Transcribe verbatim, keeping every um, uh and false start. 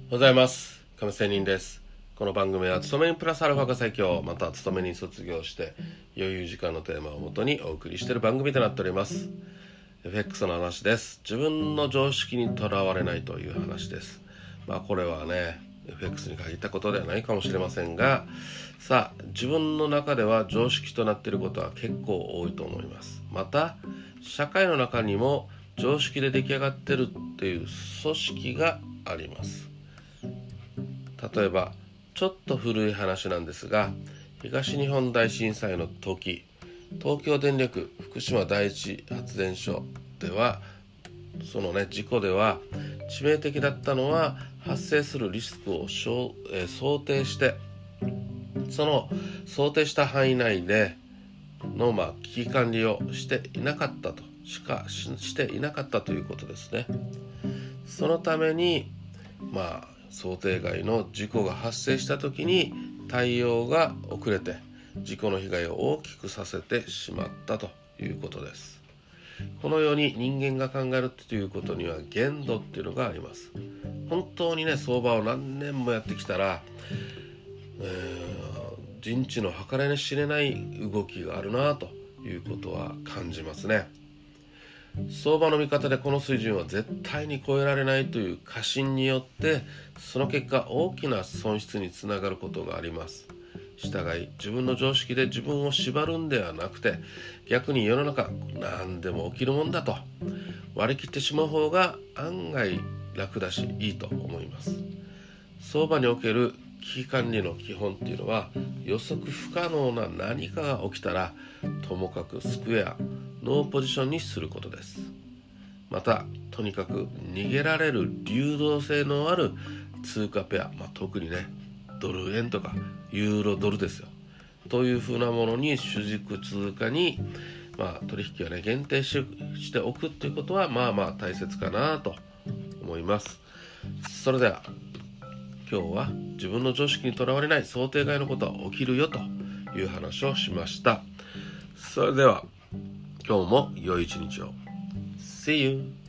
おはようございます。亀仙人です。この番組は勤めにプラスアルファが最強、また勤めに卒業して余裕時間のテーマをもとにお送りしている番組となっております。 エフエックス の話です。自分の常識にとらわれないという話です。まあこれはね エフエックス に限ったことではないかもしれませんが、さあ自分の中では常識となっていることは結構多いと思います。また社会の中にも常識で出来上がってるっていう組織があります。例えばちょっと古い話なんですが、東日本大震災の時、東京電力福島第一発電所ではそのね事故では致命的だったのは発生するリスクを想定してその想定した範囲内での、まあ、危機管理をしていなかったとしかしていなかったということですね。そのためにまあ想定外の事故が発生した時に対応が遅れて事故の被害を大きくさせてしまったということです。このように人間が考えるということには限度っていうのがあります。本当にね相場を何年もやってきたら、えー、人知の計り知れない動きがあるなということは感じますね。相場の見方でこの水準は絶対に超えられないという過信によってその結果大きな損失につながることがあります。従い自分の常識で自分を縛るんではなくて、逆に世の中何でも起きるもんだと割り切ってしまう方が案外楽だしいいと思います。相場における危機管理の基本っていうのは、予測不可能な何かが起きたらともかくスクエアノーポジションにすることです。またとにかく逃げられる流動性のある通貨ペア、まあ、特にねドル円とかユーロドルですよというふうなものに主軸通貨に、まあ、取引をね限定し、しておくということはまあまあ大切かなと思います。それでは今日は自分の常識にとらわれない想定外のことは起きるよという話をしました。それでは今日も良い一日を。See you!